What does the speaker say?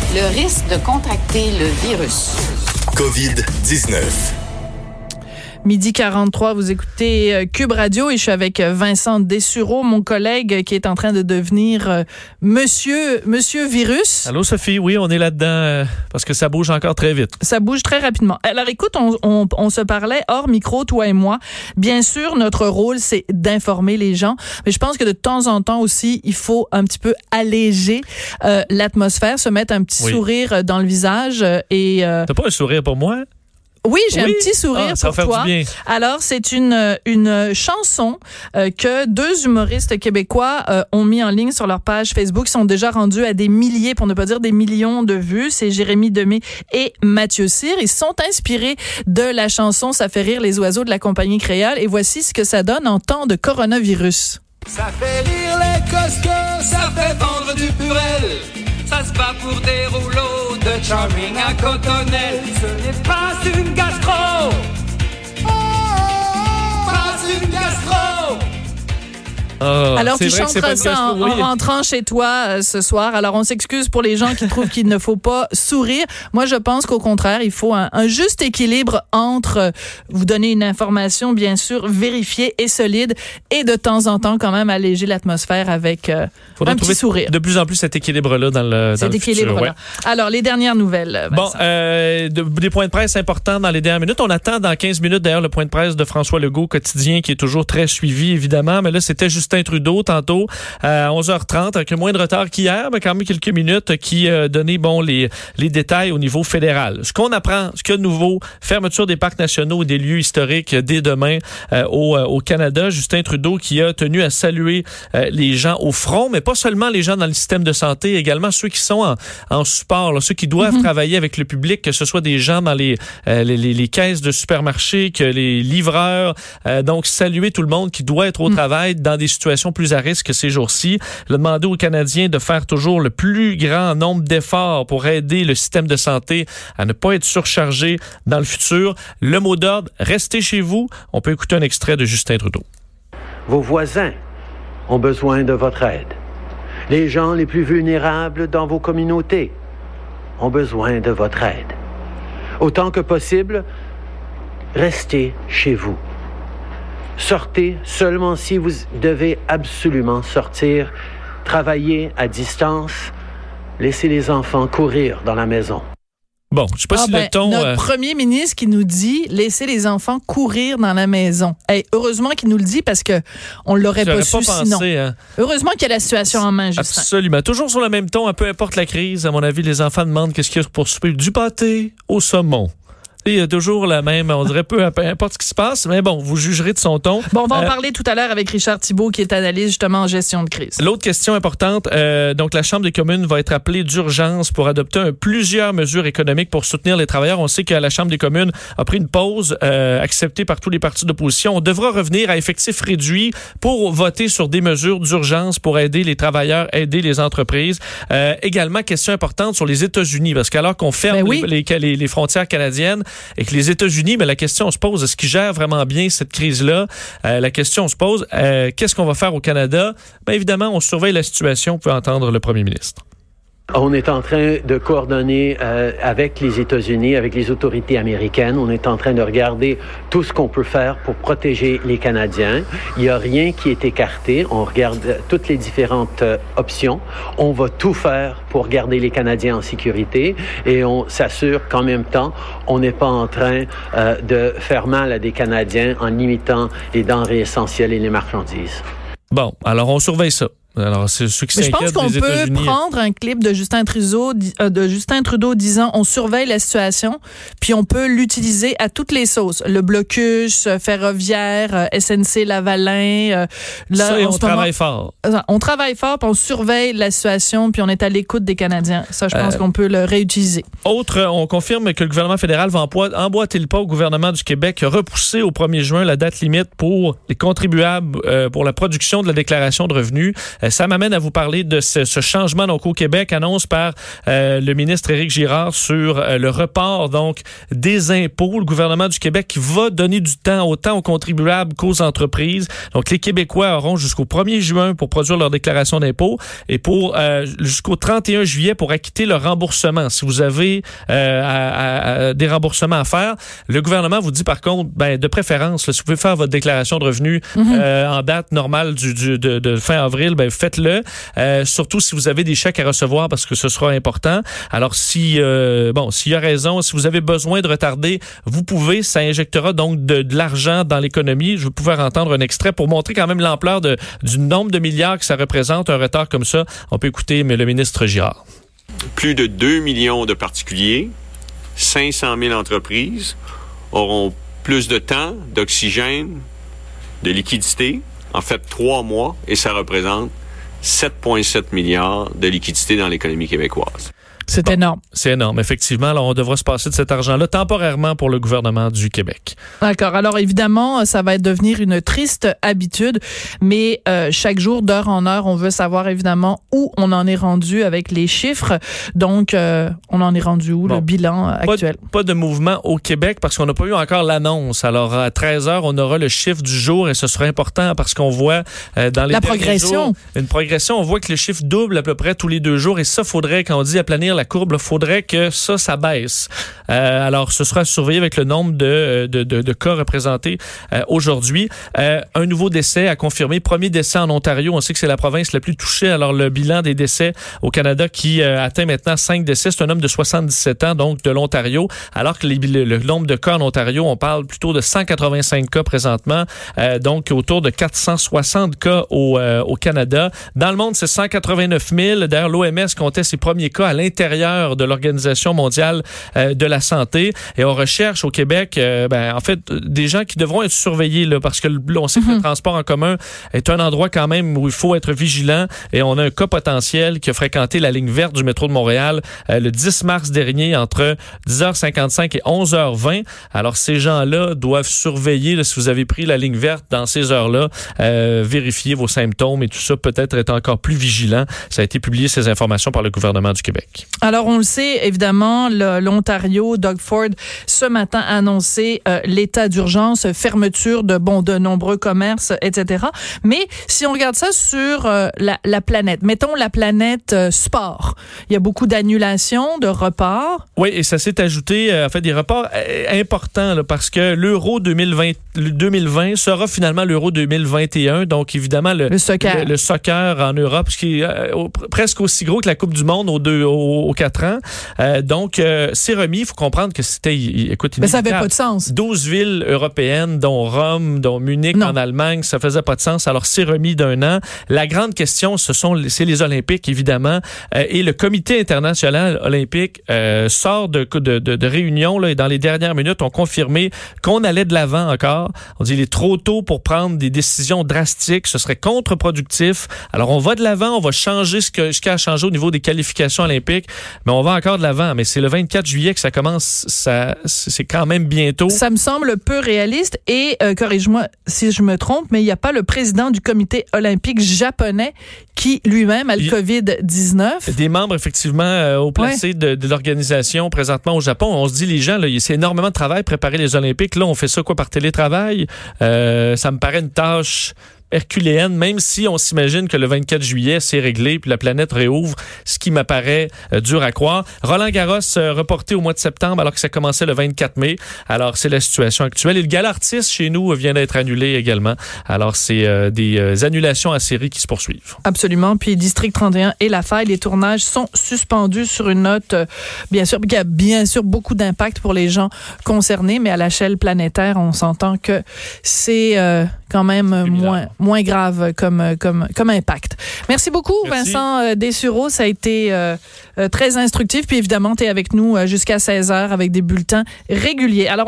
le risque de contracter le virus. COVID-19. Midi 43, vous écoutez Cube Radio et je suis avec Vincent Dessureau, mon collègue qui est en train de devenir Monsieur Virus. Allô Sophie, oui, on est là-dedans parce que ça bouge encore très vite. Ça bouge très rapidement. Alors écoute, on se parlait hors micro, toi et moi. Bien sûr, notre rôle, c'est d'informer les gens, mais je pense que de temps en temps aussi, il faut un petit peu alléger l'atmosphère, se mettre un petit sourire dans le visage et... T'as pas un sourire pour moi? Oui, j'ai un petit sourire pour toi. Du bien. Alors, c'est une chanson que deux humoristes québécois ont mis en ligne sur leur page Facebook. Ils sont déjà rendus à des milliers, pour ne pas dire des millions de vues. C'est Jérémy Demé et Mathieu Cyr. Ils sont inspirés de la chanson « Ça fait rire les oiseaux » de la compagnie créole. Et voici ce que ça donne en temps de coronavirus. Ça fait rire les costauds, ça fait vendre du purel. Ça se bat pour des rouleaux de charming à Cottonelle. Ce n'est pas une gastro. Pas une gastro. Alors, tu chanteras ça en rentrant chez toi ce soir. Alors, on s'excuse pour les gens qui trouvent qu'il ne faut pas sourire. Moi, je pense qu'au contraire, il faut un juste équilibre entre vous donner une information, bien sûr, vérifiée et solide, et de temps en temps, quand même, alléger l'atmosphère avec un petit sourire. De plus en plus cet équilibre-là dans le futur. Ouais. Alors, les dernières nouvelles. Bon, des points de presse importants dans les dernières minutes. On attend dans 15 minutes, d'ailleurs, le point de presse de François Legault quotidien, qui est toujours très suivi, évidemment. Mais là, c'était Justin Trudeau tantôt à 11h30 avec moins de retard qu'hier, mais quand même quelques minutes, qui donnait les détails au niveau fédéral. Ce qu'on apprend, ce qu'il y a de nouveau, fermeture des parcs nationaux et des lieux historiques dès demain au Canada. Justin Trudeau qui a tenu à saluer les gens au front, mais pas seulement les gens dans le système de santé, également ceux qui sont en support, là, ceux qui doivent travailler avec le public, que ce soit des gens dans les caisses de supermarchés, que les livreurs, donc saluer tout le monde qui doit être au travail dans des situations plus à risque ces jours-ci. Il a demandé aux Canadiens de faire toujours le plus grand nombre d'efforts pour aider le système de santé à ne pas être surchargé dans le futur. Le mot d'ordre, restez chez vous. On peut écouter un extrait de Justin Trudeau. Vos voisins ont besoin de votre aide. Les gens les plus vulnérables dans vos communautés ont besoin de votre aide. Autant que possible, restez chez vous. Sortez seulement si vous devez absolument sortir. Travaillez à distance. Laissez les enfants courir dans la maison. Bon, je sais pas si le ton... Notre premier ministre qui nous dit « Laissez les enfants courir dans la maison ». Heureusement qu'il nous le dit parce que on l'aurait pas su sinon. Hein. Heureusement qu'il y a la situation en main, Justin. Absolument. Toujours sur le même ton, peu importe la crise. À mon avis, les enfants demandent qu'est-ce qu'il y a pour souper. Du pâté au saumon. Il y a toujours la même, on dirait peu importe ce qui se passe, mais bon, vous jugerez de son ton. Bon, on va en parler tout à l'heure avec Richard Thibault, qui est analyste justement en gestion de crise. L'autre question importante, donc la Chambre des communes va être appelée d'urgence pour adopter plusieurs mesures économiques pour soutenir les travailleurs. On sait que la Chambre des communes a pris une pause acceptée par tous les partis d'opposition. On devra revenir à effectif réduit pour voter sur des mesures d'urgence pour aider les travailleurs, aider les entreprises. Également, question importante sur les États-Unis, parce qu'alors qu'on ferme les frontières canadiennes, et que les États-Unis, la question se pose, est-ce qu'ils gèrent vraiment bien cette crise-là? La question se pose, qu'est-ce qu'on va faire au Canada? Évidemment, on surveille la situation, vous pouvez entendre le premier ministre. On est en train de coordonner avec les États-Unis, avec les autorités américaines. On est en train de regarder tout ce qu'on peut faire pour protéger les Canadiens. Il n'y a rien qui est écarté. On regarde toutes les différentes options. On va tout faire pour garder les Canadiens en sécurité et on s'assure qu'en même temps, on n'est pas en train de faire mal à des Canadiens en limitant les denrées essentielles et les marchandises. Bon, alors on surveille ça. Alors, c'est ceux qui s'inquiètent des États-Unis. Je pense qu'on peut prendre un clip de Justin Trudeau disant on surveille la situation, puis on peut l'utiliser à toutes les sauces. Le blocus ferroviaire, SNC Lavalin. Ça, et on travaille fort. On travaille fort, puis on surveille la situation, puis on est à l'écoute des Canadiens. Ça, je pense qu'on peut le réutiliser. Autre, on confirme que le gouvernement fédéral va emboîter le pas au gouvernement du Québec, repousser au 1er juin la date limite pour les contribuables pour la production de la déclaration de revenus. Ça m'amène à vous parler de ce changement donc au Québec, annonce par le ministre Éric Girard sur le report donc des impôts. Le gouvernement du Québec qui va donner du temps autant aux contribuables qu'aux entreprises. Donc les Québécois auront jusqu'au 1er juin pour produire leur déclaration d'impôt et pour jusqu'au 31 juillet pour acquitter le remboursement. Si vous avez des remboursements à faire, le gouvernement vous dit par contre, de préférence, là, si vous pouvez faire votre déclaration de revenus en date normale de fin avril, faites-le. Surtout si vous avez des chèques à recevoir parce que ce sera important. Alors s'il y a raison, si vous avez besoin de retarder, vous pouvez. Ça injectera donc de l'argent dans l'économie. Je vais pouvoir entendre un extrait pour montrer quand même l'ampleur du nombre de milliards que ça représente, un retard comme ça. On peut écouter le ministre Girard. Plus de 2 millions de particuliers, 500 000 entreprises auront plus de temps, d'oxygène, de liquidité, en fait 3 mois, et ça représente 7,7 milliards de liquidité dans l'économie québécoise. C'est énorme. C'est énorme, effectivement. Alors, on devra se passer de cet argent-là temporairement pour le gouvernement du Québec. D'accord. Alors, évidemment, ça va devenir une triste habitude, mais chaque jour, d'heure en heure, on veut savoir évidemment où on en est rendu avec les chiffres. Donc, on en est rendu où, le bilan actuel? Pas de mouvement au Québec parce qu'on n'a pas eu encore l'annonce. Alors, à 13h, on aura le chiffre du jour et ce sera important parce qu'on voit dans les progression. Jours, une progression. On voit que le chiffre double à peu près tous les 2 jours et ça, faudrait, quand on dit aplanir la courbe, il faudrait que ça baisse. Alors, ce sera surveillé avec le nombre de cas représentés aujourd'hui. Un nouveau décès à confirmer. Premier décès en Ontario. On sait que c'est la province la plus touchée. Alors, le bilan des décès au Canada qui atteint maintenant 5 décès. C'est un homme de 77 ans, donc de l'Ontario. Alors que le nombre de cas en Ontario, on parle plutôt de 185 cas présentement. Donc, autour de 460 cas au Canada. Dans le monde, c'est 189 000. D'ailleurs, l'OMS comptait ses premiers cas à l'intérieur de l'Organisation mondiale de la santé. Et on recherche au Québec, en fait, des gens qui devront être surveillés là, parce que là, on sait que le transport en commun est un endroit quand même où il faut être vigilant. Et on a un cas potentiel qui a fréquenté la ligne verte du métro de Montréal le 10 mars dernier entre 10h55 et 11h20. Alors, ces gens-là doivent surveiller, là, si vous avez pris la ligne verte dans ces heures-là, vérifier vos symptômes et tout ça, peut-être être encore plus vigilant. Ça a été publié, ces informations, par le gouvernement du Québec. Alors, on le sait, évidemment, l'Ontario, Doug Ford, ce matin, a annoncé l'état d'urgence, fermeture de nombreux commerces, etc. Mais si on regarde ça sur la planète, mettons la planète sport, il y a beaucoup d'annulations, de reports. Oui, et ça s'est ajouté, des reports importants là, parce que l'Euro 2020 sera finalement l'Euro 2021. Donc, évidemment, le soccer en Europe, ce qui est presque aussi gros que la Coupe du Monde aux 4 ans. Donc, c'est remis. Il faut comprendre que c'était, mais ça n'avait pas de sens. 12 villes européennes, dont Rome, dont Munich en Allemagne, ça faisait pas de sens. Alors, c'est remis d'un an. La grande question, c'est les Olympiques, évidemment. Et le Comité international olympique sort de réunion là, et dans les dernières minutes, ont confirmé qu'on allait de l'avant encore. On dit qu'il est trop tôt pour prendre des décisions drastiques. Ce serait contre-productif. Alors, on va de l'avant. On va changer ce qu'il y a à changer au niveau des qualifications olympiques. Mais on va encore de l'avant. Mais c'est le 24 juillet que ça commence. C'est quand même bientôt. Ça me semble peu réaliste. Et corrige-moi si je me trompe, mais il n'y a pas le président du comité olympique japonais qui lui-même a le COVID-19. Des membres, effectivement, haut placés de l'organisation présentement au Japon. On se dit, les gens, là, c'est énormément de travail préparer les Olympiques. Là, on fait ça par télétravail. Ça me paraît une tâche herculéenne, même si on s'imagine que le 24 juillet, c'est réglé, puis la planète réouvre, ce qui m'apparaît dur à croire. Roland-Garros reporté au mois de septembre, alors que ça commençait le 24 mai. Alors, c'est la situation actuelle. Et le gala artiste chez nous vient d'être annulé également. Alors, c'est des annulations à série qui se poursuivent. Absolument. Puis, District 31 et La Faille, les tournages sont suspendus sur une note, bien sûr, qui a bien sûr beaucoup d'impact pour les gens concernés, mais à l'échelle planétaire, on s'entend que c'est quand même moins grave comme impact. Merci beaucoup, Vincent Dessureau. Ça a été très instructif. Puis évidemment, tu es avec nous jusqu'à 16h avec des bulletins réguliers. Alors,